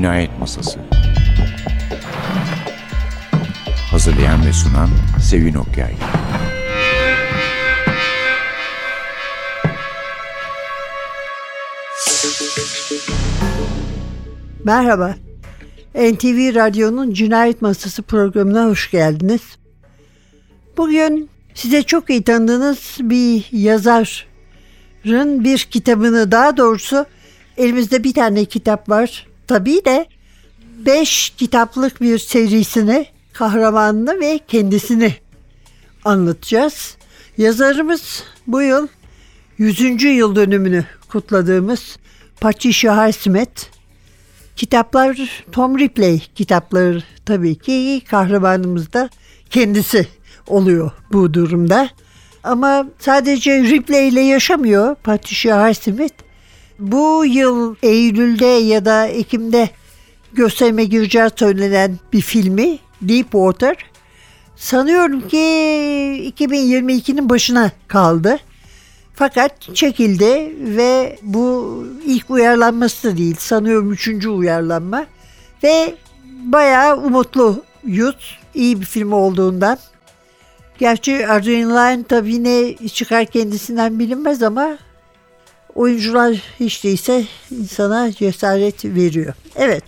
Cinayet Masası. Hazırlayan ve sunan Sevin Okyay. Merhaba, NTV Radyo'nun Cinayet Masası programına hoş geldiniz. Bugün size çok iyi tanıdığınız bir yazarın bir kitabını, daha doğrusu elimizde bir tane kitap var. Tabii de 5 kitaplık bir serisini, kahramanını ve kendisini anlatacağız. Yazarımız bu yıl 100. yıl dönümünü kutladığımız Patricia Highsmith. Kitaplar Tom Ripley kitapları, tabii ki kahramanımız da kendisi oluyor bu durumda. Ama sadece Ripley ile yaşamıyor Patricia Highsmith. Bu yıl Eylül'de ya da Ekim'de gösterime gireceği söylenen bir filmi Deepwater, sanıyorum ki 2022'nin başına kaldı. Fakat çekildi ve bu ilk uyarlanması da değil, sanıyorum 3. uyarlanma ve bayağı umutluyuz iyi bir film olduğundan. Gerçi Adrian Lyne tabii ne çıkar kendisinden bilinmez ama oyuncular hiç değilse insana cesaret veriyor. Evet.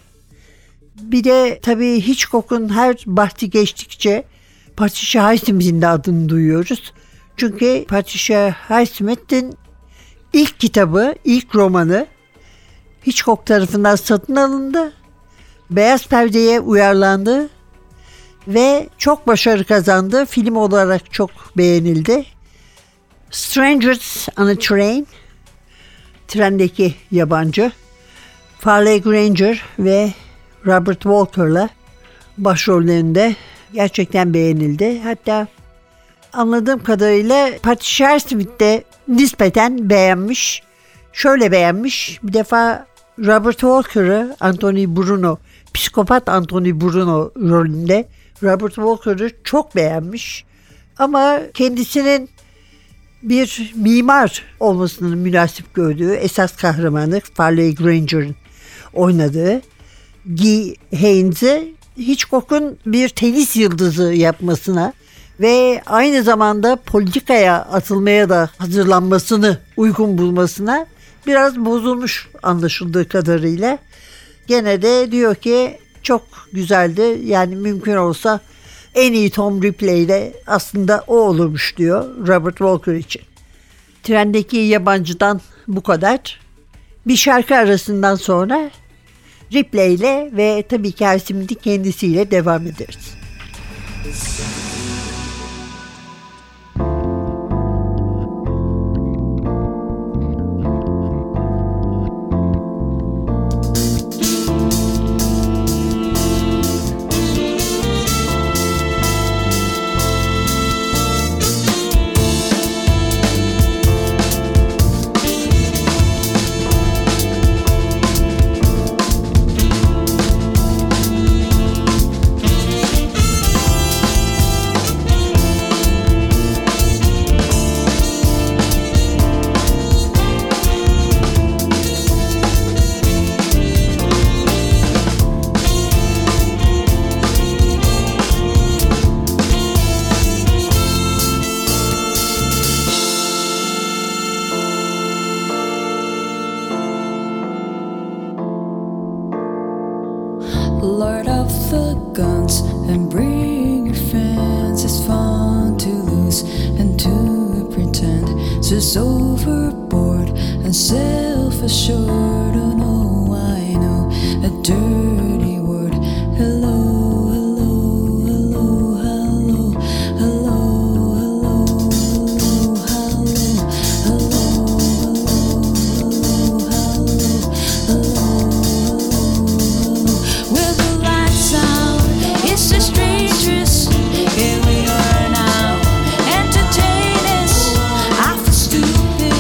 Bir de tabii Hitchcock'un her bahsi geçtikçe Patricia Highsmith'in de adını duyuyoruz. Çünkü Patricia Highsmith'in ilk kitabı, ilk romanı Hitchcock tarafından satın alındı. Beyaz perdeye uyarlandı ve çok başarı kazandı. Film olarak çok beğenildi. Strangers on a Train, trendeki yabancı, Farley Granger ve Robert Walker'la başrollerinde gerçekten beğenildi. Hatta anladığım kadarıyla Patricia Highsmith de nispeten beğenmiş. Şöyle beğenmiş. Bir defa Robert Walker'ı, Anthony Bruno, psikopat Anthony Bruno rolünde Robert Walker'ı çok beğenmiş. Ama kendisinin bir mimar olmasını münasip gördüğü, esas kahramanı Farley Granger'ın oynadığı Guy Haynes'i Hitchcock'un bir tenis yıldızı yapmasına ve aynı zamanda politikaya atılmaya da hazırlanmasını uygun bulmasına biraz bozulmuş anlaşıldığı kadarıyla. Gene de diyor ki çok güzeldi, yani mümkün olsa en iyi Tom Ripley de aslında o olurmuş diyor Robert Walker için. Trendeki yabancıdan bu kadar. Bir şarkı arasından sonra Ripley ile ve tabii ki Highsmith'in kendisiyle devam ederiz. Lord of the guns and bring your friends. It's fun to lose and to pretend. Just overboard and self-assured. Oh no, I know a dirty word. Hello.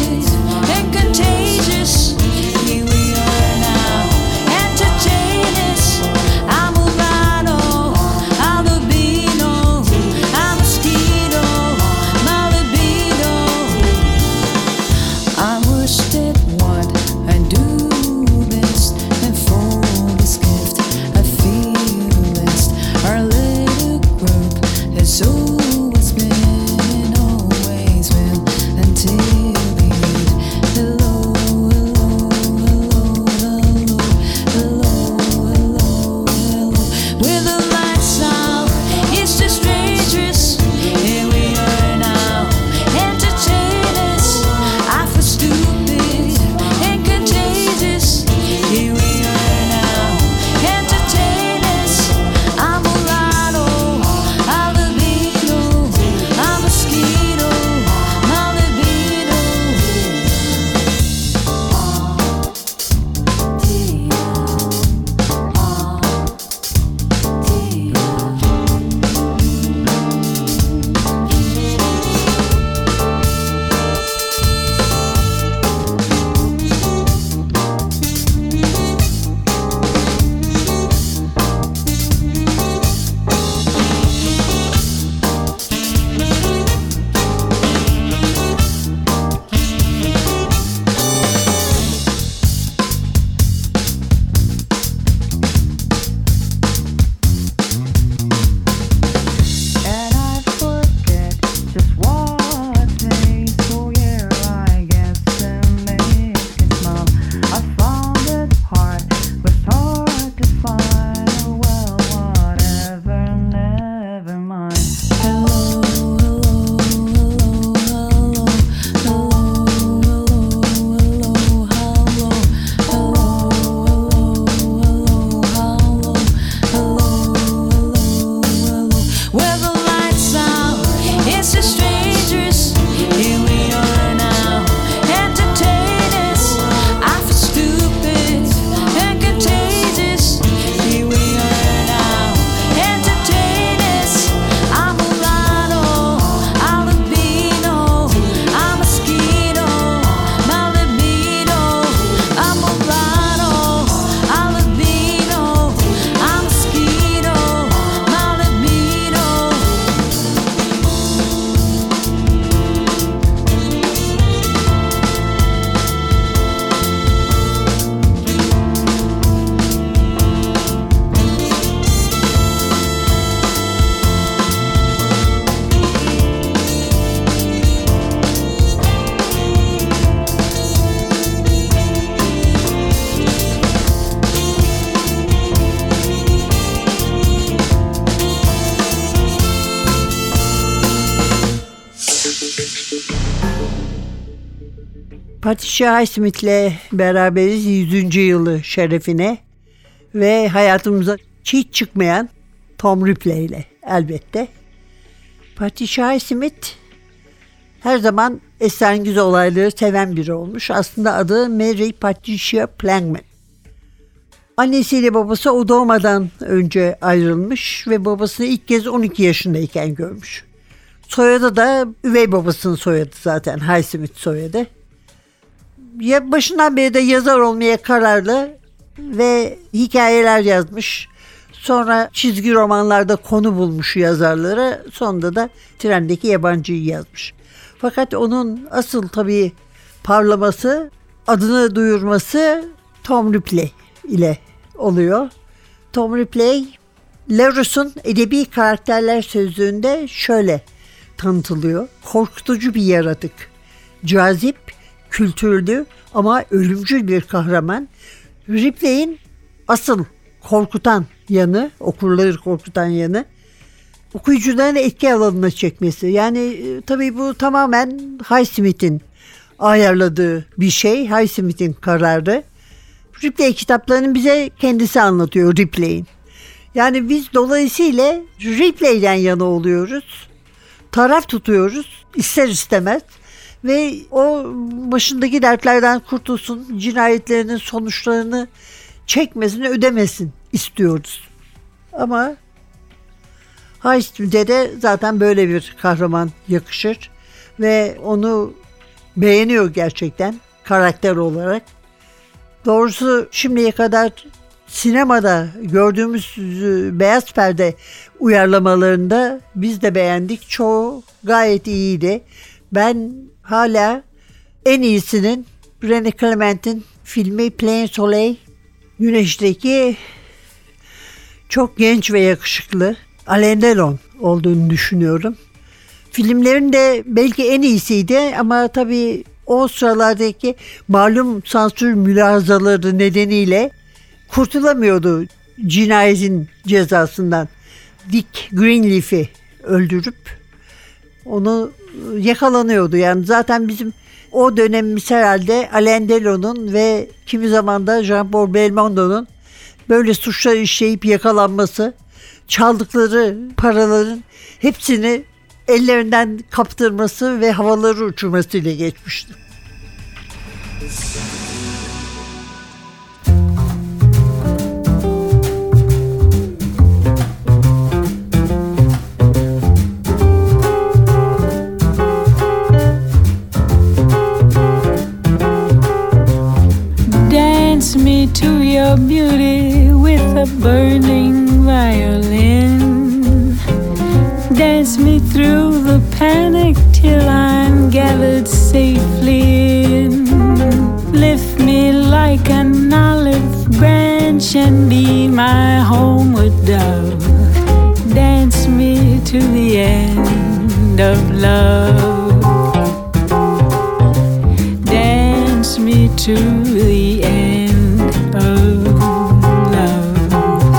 Contagious, here we are now, entertaining. Patricia Highsmith'le beraberiz 100. yılı şerefine ve hayatımıza hiç çıkmayan Tom Ripley ile elbette. Patricia Highsmith her zaman esrarengiz olayları seven biri olmuş. Aslında adı Mary Patricia Plankman. Annesiyle babası o doğmadan önce ayrılmış ve babasını ilk kez 12 yaşındayken görmüş. Soyadı da üvey babasının soyadı zaten, Highsmith soyadı. Ya başından beri de yazar olmaya kararlı ve hikayeler yazmış. Sonra çizgi romanlarda konu bulmuş yazarları. Sonunda da Trendeki Yabancı'yı yazmış. Fakat onun asıl tabii parlaması, adını duyurması Tom Ripley ile oluyor. Tom Ripley, Larouste'un edebi karakterler sözlüğünde şöyle tanıtılıyor. Korkutucu bir yaratık, cazip, kültürlü ama ölümcül bir kahraman. Ripley'in asıl korkutan yanı, okurları korkutan yanı, okuyucuların etki alanına çekmesi. Yani tabii bu tamamen Highsmith'in ayarladığı bir şey, Highsmith'in kararı. Ripley kitaplarını bize kendisi anlatıyor, Ripley'in. Yani biz dolayısıyla Ripley'den yana oluyoruz, taraf tutuyoruz ister istemez. Ve o başındaki dertlerden kurtulsun, cinayetlerinin sonuçlarını çekmesin, ödemesin istiyoruz. Ama Highsmith'e de zaten böyle bir kahraman yakışır ve onu beğeniyor gerçekten karakter olarak. Doğrusu şimdiye kadar sinemada gördüğümüz beyaz perde uyarlamalarında biz de beğendik. Çoğu gayet iyiydi. Ben hala en iyisinin René Clément'in filmi Plein Soleil, Güneşteki çok genç ve yakışıklı Alain Delon olduğunu düşünüyorum. Filmlerin de belki en iyisiydi ama tabii o sıralardaki malum sansür mülahazaları nedeniyle kurtulamıyordu cinayetin cezasından. Dick Greenleaf'i öldürüp onu yakalanıyordu. Yani zaten bizim o dönemimiz herhalde Alain Delon'un ve kimi zaman da Jean-Paul Belmondo'nun böyle suçlar işleyip yakalanması, çaldıkları paraların hepsini ellerinden kaptırması ve havaları uçurmasıyla geçmişti. Dance me to your beauty with a burning violin. Dance me through the panic till I'm gathered safely in. Lift me like an olive branch and be my homeward dove. Dance me to the end of love. Dance me to the end of love.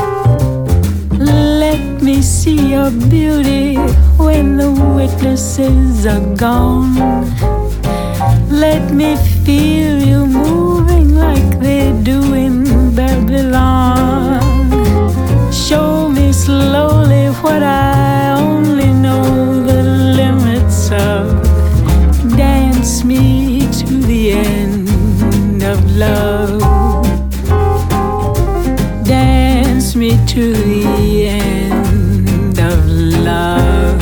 Let me see your beauty when the witnesses are gone. Let me feel you moving like they do in Babylon. Show me slowly what I only know the limits of. Dance me to the end of love. Dance me to the end of love.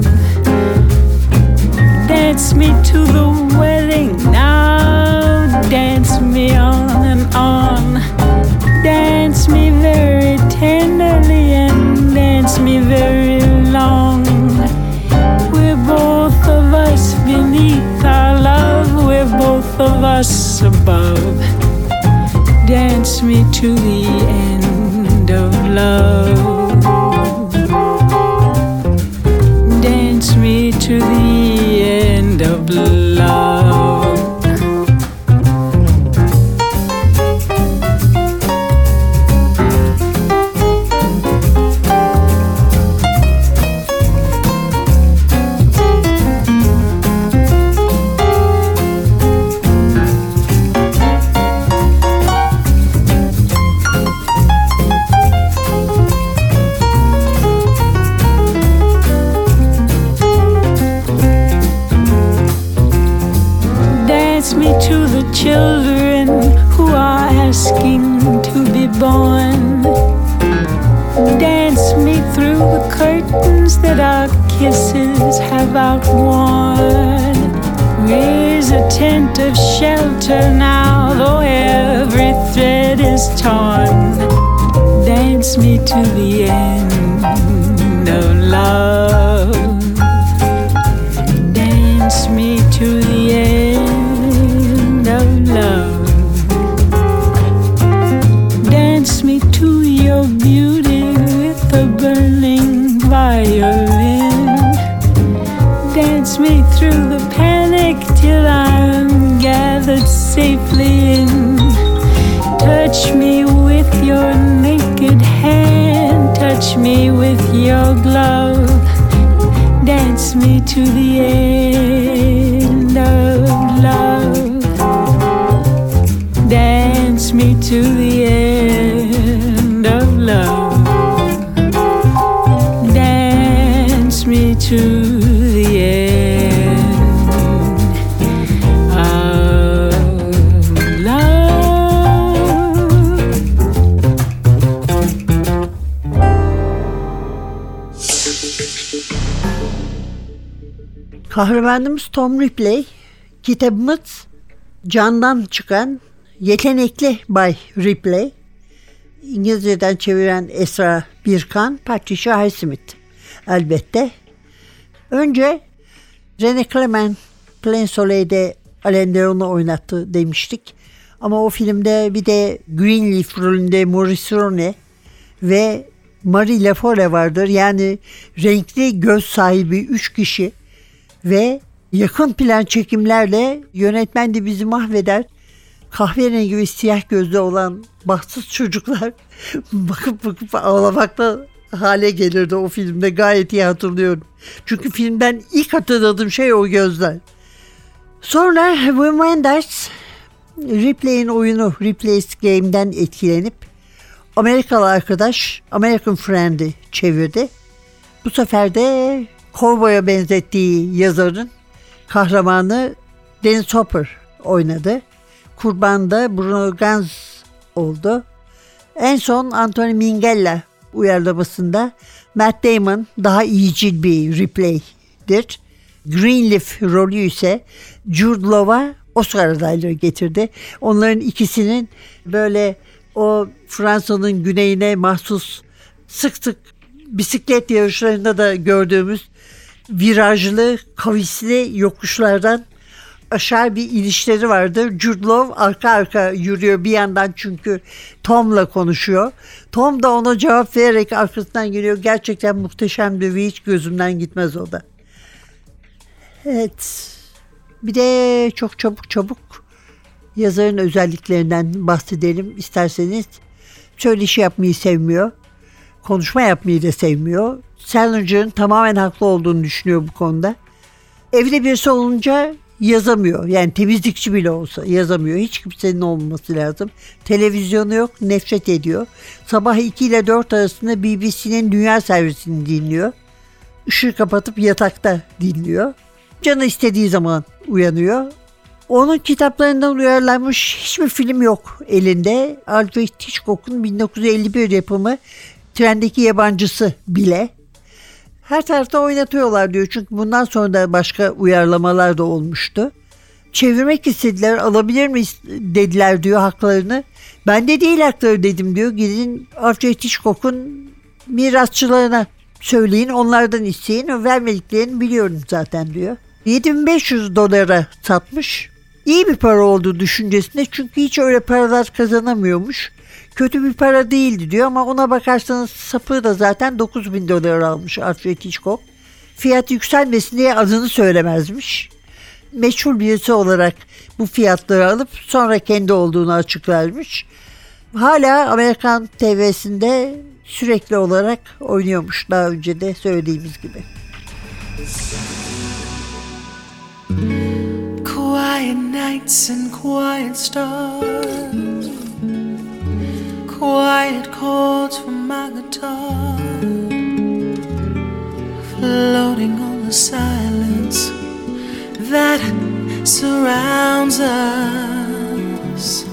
Dance me to the wedding now. Dance me on and on. Dance me very tenderly and dance me very long. We're both of us beneath our love. We're both of us above. Dance me to the end of love. Dance me to the end of love. Dance me to the children who are asking to be born. Dance me through the curtains that our kisses have outworn. Raise a tent of shelter now, though every thread is torn. Dance me to the end of love. Dance me to the end of love. Dance me to your beauty with a burning violin. Dance me through the panic till I'm gathered safely in. Touch me with your naked hand, touch me with your glove. Dance me to the end of love. Dance me to the end of love. Dance me to the end of love. Kahramanımız Tom Ripley, kitabımız Candan çıkan Yetenekli Bay Ripley. İngilizceden çeviren Esra Birkan, Patricia Highsmith elbette. Önce René Clément Plein Soleil'de Alain Delon'u oynattı demiştik. Ama o filmde bir de Greenleaf rolünde Maurice Rone ve Marie Laforêt vardır. Yani renkli göz sahibi 3 kişi ve yakın plan çekimlerle yönetmen de bizi mahveder. Kahverengi ve siyah gözlü olan bahtsız çocuklar bakıp ağlamakta hale gelirdi o filmde, gayet iyi hatırlıyorum. Çünkü filmden ilk hatırladığım şey o gözler. Sonra Wim Wenders Ripley'in oyunu Ripley's Game'den etkilenip Amerikalı arkadaş American Friend'i çevirdi. Bu sefer de kovboya benzettiği yazarın kahramanı Dennis Hopper oynadı. Kurban da Bruno Ganz oldu. En son Anthony Minghella uyarlamasında Matt Damon daha iyicil bir Ripley'dir. Greenleaf rolü ise Jude Law'a Oscar adaylığı getirdi. Onların ikisinin böyle o Fransa'nın güneyine mahsus sık sık bisiklet yarışlarında da gördüğümüz virajlı, kavisli yokuşlardan aşağı bir inişleri vardır. Jude Law arka arka yürüyor bir yandan çünkü Tom'la konuşuyor. Tom da ona cevap vererek arkasından geliyor. Gerçekten muhteşemdi ve hiç gözümden gitmez o da. Evet. Bir de çok çabuk yazarın özelliklerinden bahsedelim isterseniz. Söyleşi yapmayı sevmiyor. Konuşma yapmayı da sevmiyor. Salinger'ın tamamen haklı olduğunu düşünüyor bu konuda. Evde birisi olunca yazamıyor. Yani temizlikçi bile olsa yazamıyor. Hiç kimsenin olmaması lazım. Televizyonu yok, nefret ediyor. Sabah 2 ile 4 arasında BBC'nin dünya servisini dinliyor. Işığı kapatıp yatakta dinliyor. Canı istediği zaman uyanıyor. Onun kitaplarından uyarlanmış hiçbir film yok elinde. Alfred Hitchcock'un 1951 yapımı Trendeki Yabancısı bile. Her tarafta oynatıyorlar diyor. Çünkü bundan sonra da başka uyarlamalar da olmuştu. Çevirmek istediler, alabilir miyiz dediler diyor haklarını. Ben de değil hakları dedim diyor. Gidin Alfred Hitchcock'un mirasçılarına söyleyin, onlardan isteyin. Vermediklerini biliyorum zaten diyor. $7.500 satmış. İyi bir para olduğu düşüncesinde çünkü hiç öyle paralar kazanamıyormuş. Kötü bir para değildi diyor ama ona bakarsanız sapı da zaten $9.000 almış Alfred Hitchcock. Fiyat yükselmesin diye adını söylemezmiş. Meçhul birisi olarak bu fiyatları alıp sonra kendi olduğunu açıklarmış. Hala Amerikan TV'sinde sürekli olarak oynuyormuş, daha önce de söylediğimiz gibi. Quiet nights and quiet stars, quiet chords from my guitar, floating on the silence that surrounds us.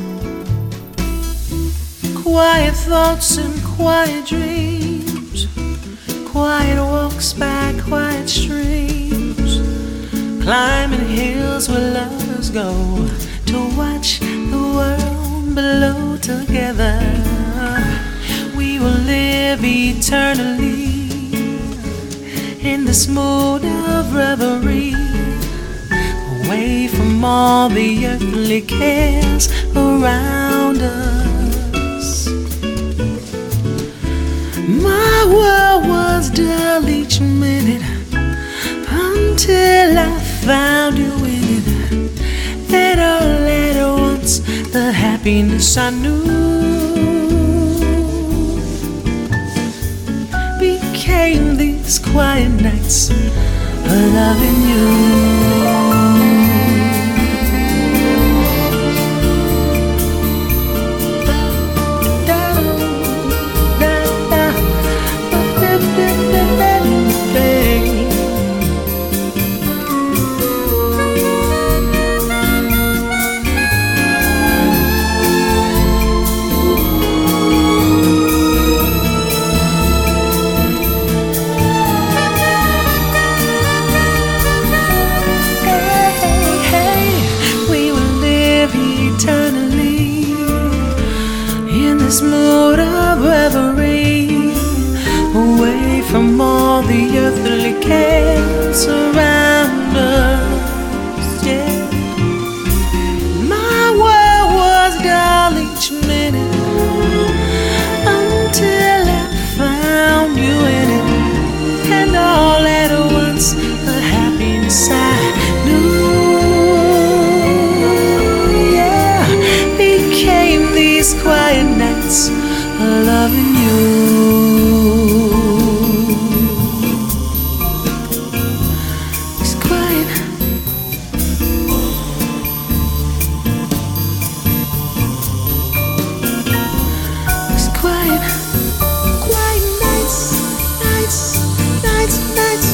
Quiet thoughts and quiet dreams, quiet walks by quiet streams, climbing hills where lovers go to watch the world below together. We will live eternally in this mood of revelry, away from all the earthly cares around us. My world was dull each minute until I found you in it. Then all at once the happiness I knew became these quiet nights of loving you. This mood of reverie, away from all the earthly cares around us. Yeah, my world was dull each minute until I found you in it, and all at once the happiness I knew, yeah, became these quiet nights loving you. It's quiet. It's quiet. Quiet nights, nights, nights, nights.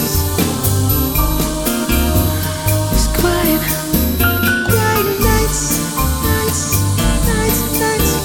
It's quiet. Quiet nights, nights, nights, nights.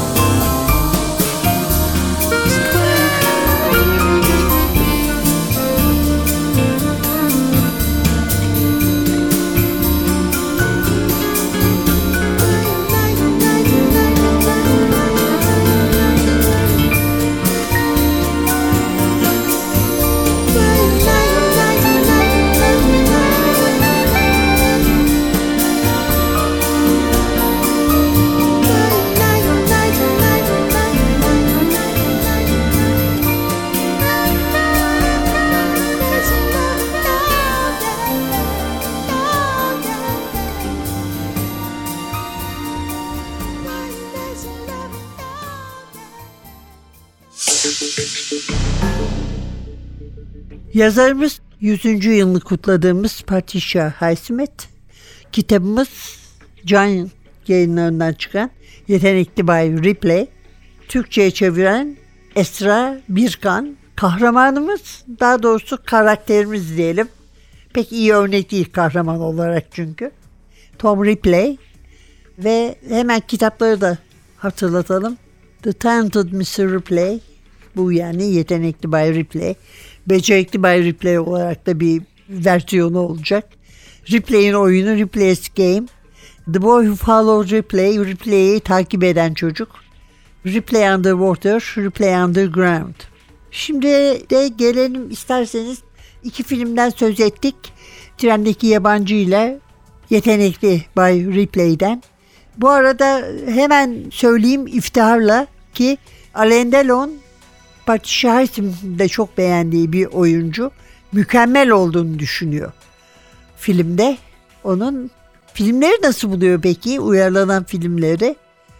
Yazarımız 100. yılını kutladığımız Patricia Highsmith, kitabımız Can Yayınlarından çıkan Yetenekli Bay Ripley, Türkçe'ye çeviren Esra Birkan, kahramanımız, daha doğrusu karakterimiz diyelim. Pek iyi örnek değil kahraman olarak çünkü. Tom Ripley ve hemen kitapları da hatırlatalım. The Talented Mr. Ripley, bu yani Yetenekli Bay Ripley. Becerikli Bay Ripley olarak da bir versiyonu olacak. Ripley'in oyunu Ripley's Game. The Boy Who Followed Ripley, Ripley'i takip eden çocuk. Ripley Underwater, Ripley Underground. Şimdi de gelelim isterseniz, iki filmden söz ettik. Trendeki Yabancı ile Yetenekli Bay Ripley'den. Bu arada hemen söyleyeyim iftiharla ki Alain Delon, Patricia Highsmith'in de çok beğendiği bir oyuncu, mükemmel olduğunu düşünüyor filmde. Onun filmleri nasıl buluyor peki? Uyarlanan filmleri.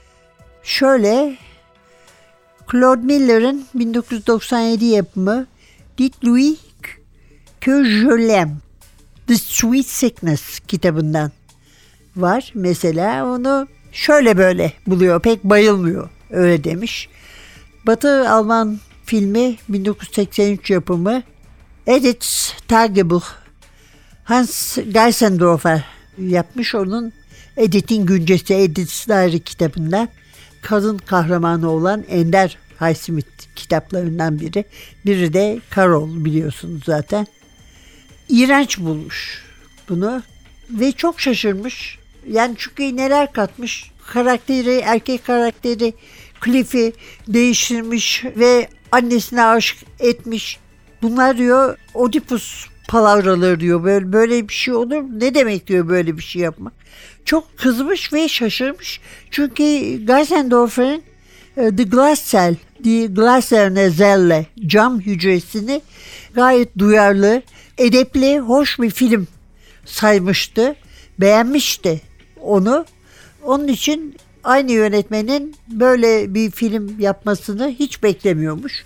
Şöyle, Claude Miller'ın 1997 yapımı Dites-lui que je l'aime, The Sweet Sickness kitabından var. Mesela onu şöyle böyle buluyor, pek bayılmıyor, öyle demiş. Batı Alman filmi 1983 yapımı Edith Tagebuch, Hans Geisendorfer yapmış. Onun Edith'in Güncesi, Edith's Diary kitabından kadın kahramanı olan Ender Highsmith kitaplarından biri. Biri de Carol, biliyorsunuz zaten. İğrenç bulmuş bunu ve çok şaşırmış. Yani çünkü neler katmış. Erkek karakteri Cliff'i değiştirmiş ve annesine aşık etmiş. Bunlar diyor Oedipus palavraları diyor. Böyle bir şey olur mu? Ne demek diyor böyle bir şey yapmak? Çok kızmış ve şaşırmış. Çünkü Geisendorfer'in The Glass Cell, Die Glaserne Zelle, cam hücresini gayet duyarlı, edepli, hoş bir film saymıştı. Beğenmişti onu. Onun için aynı yönetmenin böyle bir film yapmasını hiç beklemiyormuş.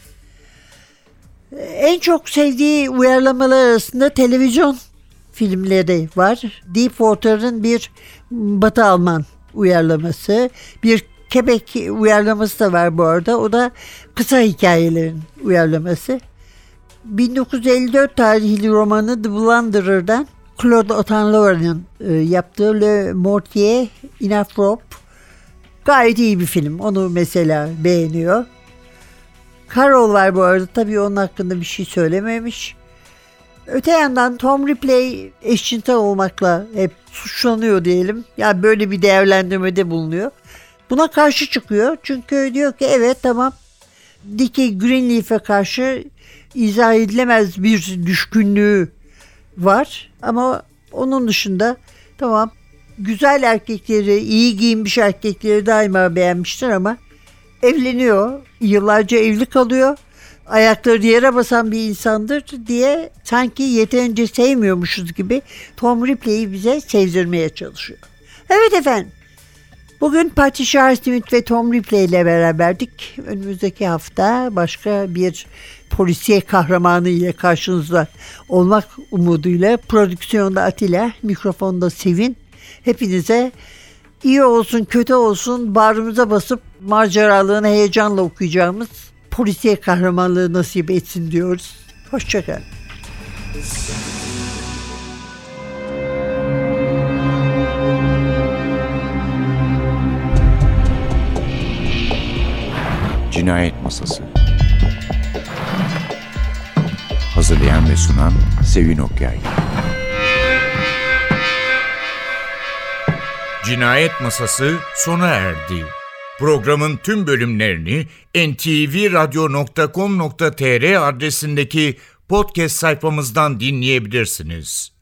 En çok sevdiği uyarlamalar arasında televizyon filmleri var. Deepwater'ın bir Batı Alman uyarlaması, bir Quebec uyarlaması da var bu arada. O da kısa hikayelerin uyarlaması. 1954 tarihli romanı The Blunderer'dan Claude Autant-Lauren'ın yaptığı Le Mortier in Afrope gayet iyi bir film. Onu mesela beğeniyor. Carol var bu arada. Tabii onun hakkında bir şey söylememiş. Öte yandan Tom Ripley eşcintel olmakla hep suçlanıyor diyelim. Yani böyle bir değerlendirmede bulunuyor. Buna karşı çıkıyor. Çünkü diyor ki evet tamam, Dickie Greenleaf'e karşı izah edilemez bir düşkünlüğü var. Ama onun dışında tamam, güzel erkekleri, iyi giyinmiş erkekleri daima beğenmiştir ama evleniyor. Yıllarca evli kalıyor. Ayakları yere basan bir insandır diye sanki yeterince sevmiyormuşuz gibi Tom Ripley'i bize sevdirmeye çalışıyor. Evet efendim. Bugün Patricia Highsmith ve Tom Ripley ile beraberdik. Önümüzdeki hafta başka bir polisiye kahramanı ile karşınızda olmak umuduyla, prodüksiyonda Atilla, mikrofonda Sevin. Hepinize iyi olsun kötü olsun bağrımıza basıp maceralığını heyecanla okuyacağımız polisiye kahramanlığı nasip etsin diyoruz. Hoşçakalın. Cinayet Masası. Hazırlayan ve sunan Sevin Okyay. Cinayet Masası sona erdi. Programın tüm bölümlerini ntvradio.com.tr adresindeki podcast sayfamızdan dinleyebilirsiniz.